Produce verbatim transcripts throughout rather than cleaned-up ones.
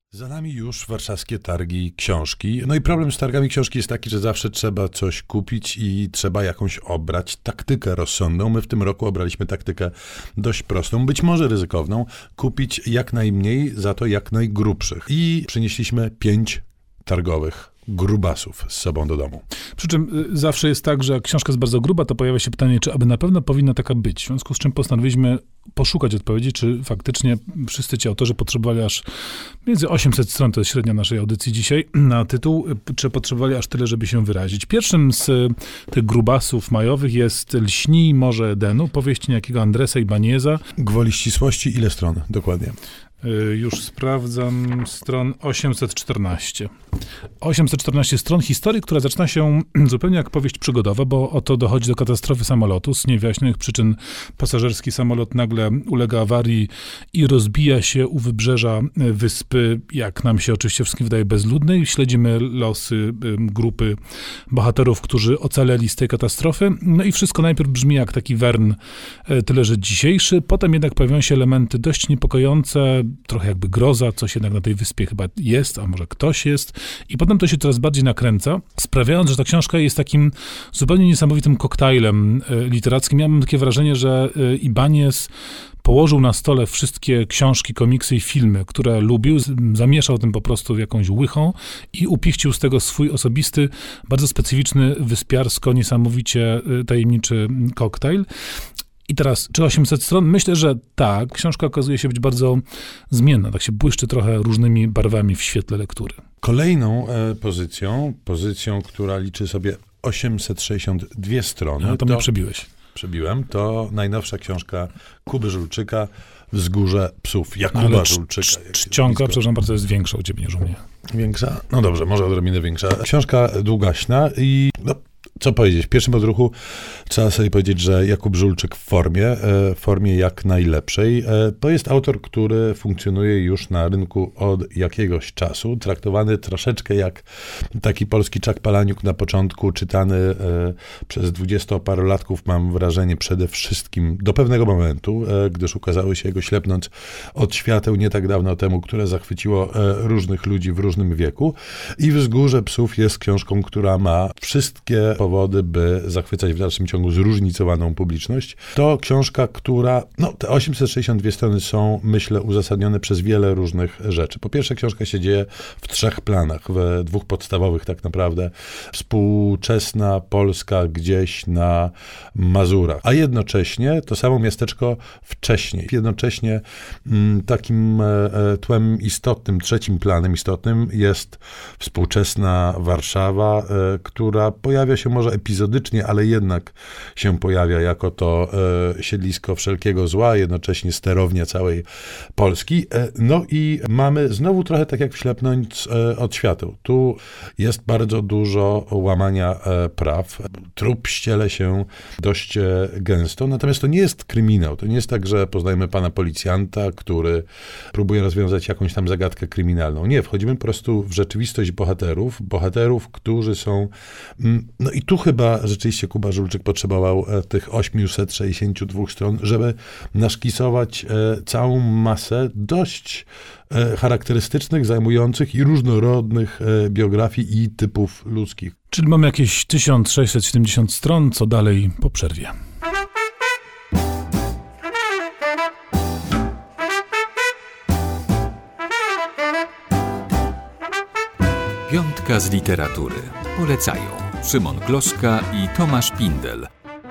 Za nami już warszawskie targi książki. No i problem z targami książki jest taki, że zawsze trzeba coś kupić i trzeba jakąś obrać taktykę rozsądną. My w tym roku obraliśmy taktykę dość prostą, być może ryzykowną, kupić jak najmniej, za to jak najgrubszych. I przynieśliśmy pięć targowych grubasów z sobą do domu. Przy czym y, zawsze jest tak, że jak książka jest bardzo gruba, to pojawia się pytanie, czy aby na pewno powinna taka być. W związku z czym postanowiliśmy poszukać odpowiedzi, czy faktycznie wszyscy ci autorzy potrzebowali aż między osiemset stron, to jest średnia naszej audycji dzisiaj, na tytuł, czy potrzebowali aż tyle, żeby się wyrazić. Pierwszym z y, tych grubasów majowych jest Lśnij Morze Edenu, powieść niejakiego Andresa Ibáñeza. Gwoli ścisłości, ile stron dokładnie? Już sprawdzam, stron osiemset czternaście. osiemset czternaście stron historii, która zaczyna się zupełnie jak powieść przygodowa, bo oto dochodzi do katastrofy samolotu. Z niewyjaśnionych przyczyn pasażerski samolot nagle ulega awarii i rozbija się u wybrzeża wyspy, jak nam się oczywiście wszystkim wydaje, bezludnej. Śledzimy losy grupy bohaterów, którzy ocaleli z tej katastrofy. No i wszystko najpierw brzmi jak taki Wern, tyle że dzisiejszy. Potem jednak pojawiają się elementy dość niepokojące, trochę jakby groza, coś jednak na tej wyspie chyba jest, a może ktoś jest. I potem to się coraz bardziej nakręca, sprawiając, że ta książka jest takim zupełnie niesamowitym koktajlem literackim. Ja mam takie wrażenie, że Ibáñez położył na stole wszystkie książki, komiksy i filmy, które lubił, zamieszał tym po prostu jakąś łychą i upichcił z tego swój osobisty, bardzo specyficzny, wyspiarsko, niesamowicie tajemniczy koktajl. I teraz, czy osiemset stron? Myślę, że tak. Książka okazuje się być bardzo zmienna, tak się błyszczy trochę różnymi barwami w świetle lektury. Kolejną e, pozycją, pozycją, która liczy sobie osiemset sześćdziesiąt dwie strony. No, to, to mnie przebiłeś. Przebiłem. To najnowsza książka Kuby Żulczyka, Wzgórze psów. Jakuba Ale Żulczyka. Czcionka, przepraszam bardzo, jest większa u ciebie niż u mnie. Większa? No dobrze, może odrobinę większa. Książka długaśna i no, co powiedzieć? W pierwszym odruchu trzeba sobie powiedzieć, że Jakub Żulczyk w formie, w formie jak najlepszej. To jest autor, który funkcjonuje już na rynku od jakiegoś czasu, traktowany troszeczkę jak taki polski Czak Palaniuk na początku, czytany przez dwudziestoparolatków, mam wrażenie, przede wszystkim do pewnego momentu, gdyż ukazały się jego Ślepnąc od świateł nie tak dawno temu, które zachwyciło różnych ludzi w różnym wieku. I Wzgórze psów jest książką, która ma wszystkie powody, by zachwycać w dalszym ciągu zróżnicowaną publiczność. To książka, która, no te osiemset sześćdziesiąt dwie strony są, myślę, uzasadnione przez wiele różnych rzeczy. Po pierwsze, książka się dzieje w trzech planach, w dwóch podstawowych tak naprawdę. Współczesna Polska gdzieś na Mazurach, a jednocześnie to samo miasteczko wcześniej. Jednocześnie m, takim e, tłem istotnym, trzecim planem istotnym jest współczesna Warszawa, e, która pojawia się może epizodycznie, ale jednak się pojawia jako to e, siedlisko wszelkiego zła, jednocześnie sterownia całej Polski. E, no i mamy znowu trochę tak jak w Ślepnąc e, od świateł. Tu jest bardzo dużo łamania e, praw. Trup ściele się dość e, gęsto, natomiast to nie jest kryminał. To nie jest tak, że poznajemy pana policjanta, który próbuje rozwiązać jakąś tam zagadkę kryminalną. Nie, wchodzimy po prostu w rzeczywistość bohaterów, bohaterów, którzy są mm, no i tu chyba rzeczywiście Kuba Żulczyk potrzebował e, tych osiemset sześćdziesiąt dwie stron, żeby naszkicować e, całą masę dość e, charakterystycznych, zajmujących i różnorodnych e, biografii i typów ludzkich. Czyli mamy jakieś tysiąc sześćset siedemdziesiąt stron, co dalej po przerwie. Piątka z literatury. Polecają Szymon Gloszka i Tomasz Pindel.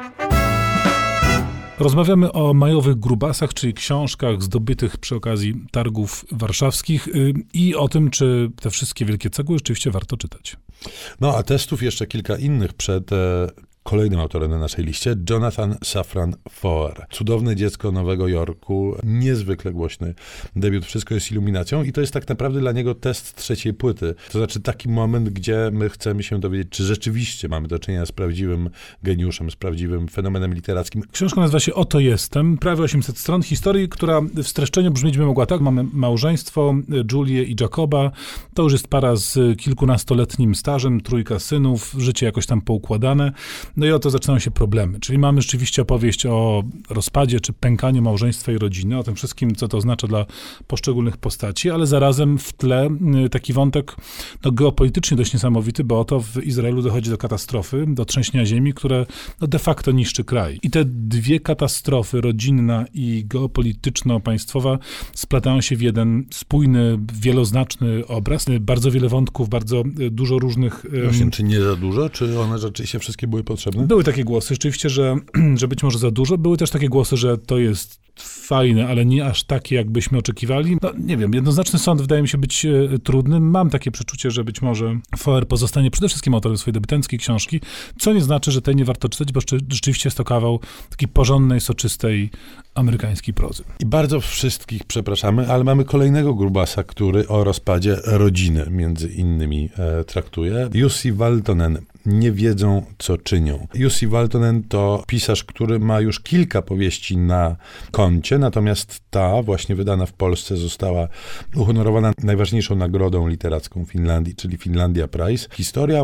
Rozmawiamy o majowych grubasach, czyli książkach zdobytych przy okazji targów warszawskich yy, i o tym, czy te wszystkie wielkie cegły rzeczywiście warto czytać. No a testów jeszcze kilka innych przed e, kolejnym autorem na naszej liście, Jonathan Safran Foer. Cudowne dziecko Nowego Jorku, niezwykle głośny debiut, wszystko jest iluminacją i to jest tak naprawdę dla niego test trzeciej płyty. To znaczy taki moment, gdzie my chcemy się dowiedzieć, czy rzeczywiście mamy do czynienia z prawdziwym geniuszem, z prawdziwym fenomenem literackim. Książka nazywa się Oto jestem, prawie osiemset stron historii, która w streszczeniu brzmieć by mogła tak. Mamy małżeństwo, Julię i Jacoba. To już jest para z kilkunastoletnim stażem, trójka synów, życie jakoś tam poukładane. No i oto zaczynają się problemy. Czyli mamy rzeczywiście opowieść o rozpadzie czy pękaniu małżeństwa i rodziny, o tym wszystkim, co to oznacza dla poszczególnych postaci, ale zarazem w tle taki wątek no, geopolitycznie dość niesamowity, bo oto w Izraelu dochodzi do katastrofy, do trzęsienia ziemi, które no, de facto niszczy kraj. I te dwie katastrofy, rodzinna i geopolityczno-państwowa, splatają się w jeden spójny, wieloznaczny obraz. Bardzo wiele wątków, bardzo dużo różnych... Właśnie, czy nie za dużo? Czy one rzeczywiście wszystkie były potrzebne? Były takie głosy, rzeczywiście, że, że być może za dużo. Były też takie głosy, że to jest fajne, ale nie aż takie, jakbyśmy oczekiwali. No, nie wiem, jednoznaczny sąd wydaje mi się być e, trudny. Mam takie przeczucie, że być może Foer pozostanie przede wszystkim autorem swojej debiutanckiej książki, co nie znaczy, że tej nie warto czytać, bo rzeczywiście jest to kawał takiej porządnej, soczystej amerykańskiej prozy. I bardzo wszystkich przepraszamy, ale mamy kolejnego grubasa, który o rozpadzie rodziny między innymi e, traktuje. Jussi Valtonen. Nie wiedzą, co czynią. Jussi Valtonen to pisarz, który ma już kilka powieści na koncie, natomiast ta, właśnie wydana w Polsce, została uhonorowana najważniejszą nagrodą literacką Finlandii, czyli Finlandia Prize. Historia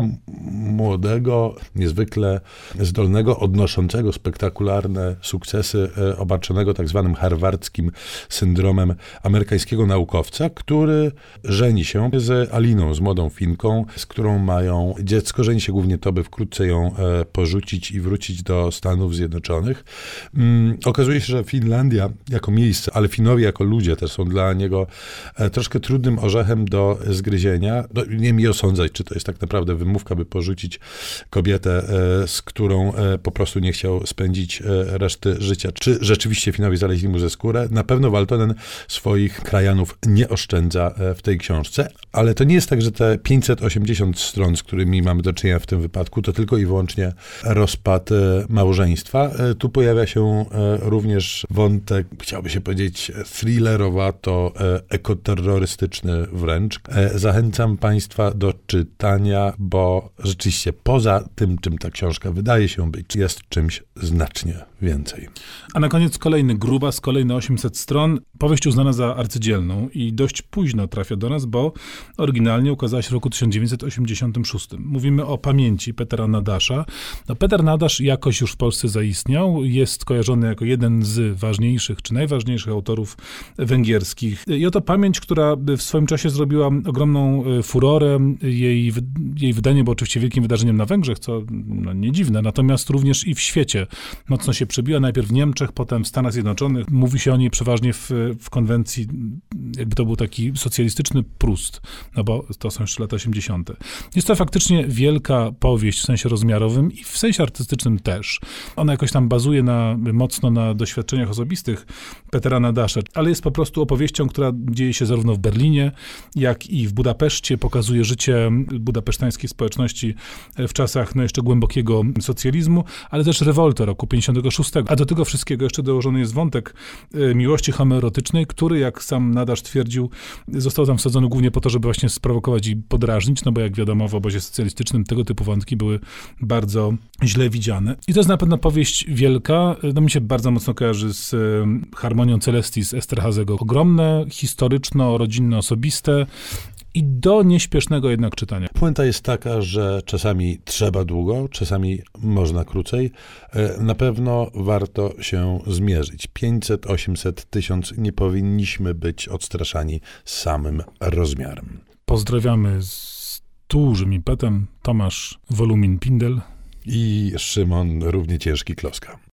młodego, niezwykle zdolnego, odnoszącego spektakularne sukcesy, e, obarczonego tak zwanym harwardzkim syndromem amerykańskiego naukowca, który żeni się z Aliną, z młodą Finką, z którą mają dziecko. Żeni się głównie to, by wkrótce ją e, porzucić i wrócić do Stanów Zjednoczonych. Mm, okazuje się, że Finlandia jako miejsce, ale Finowie jako ludzie też są dla niego e, troszkę trudnym orzechem do zgryzienia. No, nie mi osądzać, czy to jest tak naprawdę wymówka, by porzucić kobietę, e, z którą e, po prostu nie chciał spędzić e, reszty życia. Czy rzeczywiście Finowie zaleźli mu ze skórę? Na pewno Valtonen swoich krajanów nie oszczędza e, w tej książce, ale to nie jest tak, że te pięćset osiemdziesiąt stron, z którymi mamy do czynienia w tym wypadku, to tylko i wyłącznie rozpad e, małżeństwa. E, tu pojawia się e, również wątek, chciałby się powiedzieć, thrillerowato, e, ekoterrorystyczny wręcz. E, zachęcam Państwa do czytania, bo rzeczywiście poza tym, czym ta książka wydaje się być, jest czymś znacznie więcej. A na koniec kolejny grubas, kolejne osiemset stron. Powieść uznana za arcydzielną i dość późno trafia do nas, bo oryginalnie ukazała się w roku tysiąc dziewięćset osiemdziesiątym szóstym. Mówimy o Pamięci Petera Nadasza. No, Peter Nadasz jakoś już w Polsce zaistniał. Jest kojarzony jako jeden z ważniejszych, czy najważniejszych autorów węgierskich. I oto Pamięć, która w swoim czasie zrobiła ogromną furorę. Jej, jej wydanie było oczywiście wielkim wydarzeniem na Węgrzech, co no, nie dziwne, natomiast również i w świecie mocno się przebiła. Najpierw w Niemczech, potem w Stanach Zjednoczonych. Mówi się o niej przeważnie w, w konwencji, jakby to był taki socjalistyczny Prust, no bo to są jeszcze lata osiemdziesiąte. Jest to faktycznie wielka powieść w sensie rozmiarowym i w sensie artystycznym też. Ona jakoś tam bazuje na, mocno na doświadczeniach osobistych Petera Nadasza, ale jest po prostu opowieścią, która dzieje się zarówno w Berlinie, jak i w Budapeszcie. Pokazuje życie budapesztańskiej społeczności w czasach no, jeszcze głębokiego socjalizmu, ale też rewolty roku pięćdziesiątego szóstego. A do tego wszystkiego jeszcze dołożony jest wątek miłości homoerotycznej, który, jak sam Nadasz twierdził, został tam wsadzony głównie po to, żeby właśnie sprowokować i podrażnić, no bo jak wiadomo, w obozie socjalistycznym tego typu wątki były bardzo źle widziane. I to jest na pewno powieść wielka. No mi się bardzo mocno kojarzy z Harmonią Celestis Esterhazego. Ogromne, historyczno-rodzinne, osobiste i do nieśpiesznego jednak czytania. Puenta jest taka, że czasami trzeba długo, czasami można krócej. Na pewno warto się zmierzyć. pięćset, osiemset, tysiąc nie powinniśmy być odstraszani samym rozmiarem. Pozdrawiamy z dużym impetem Tomasz Wolumin Pindel i Szymon Równie Ciężki Kloska.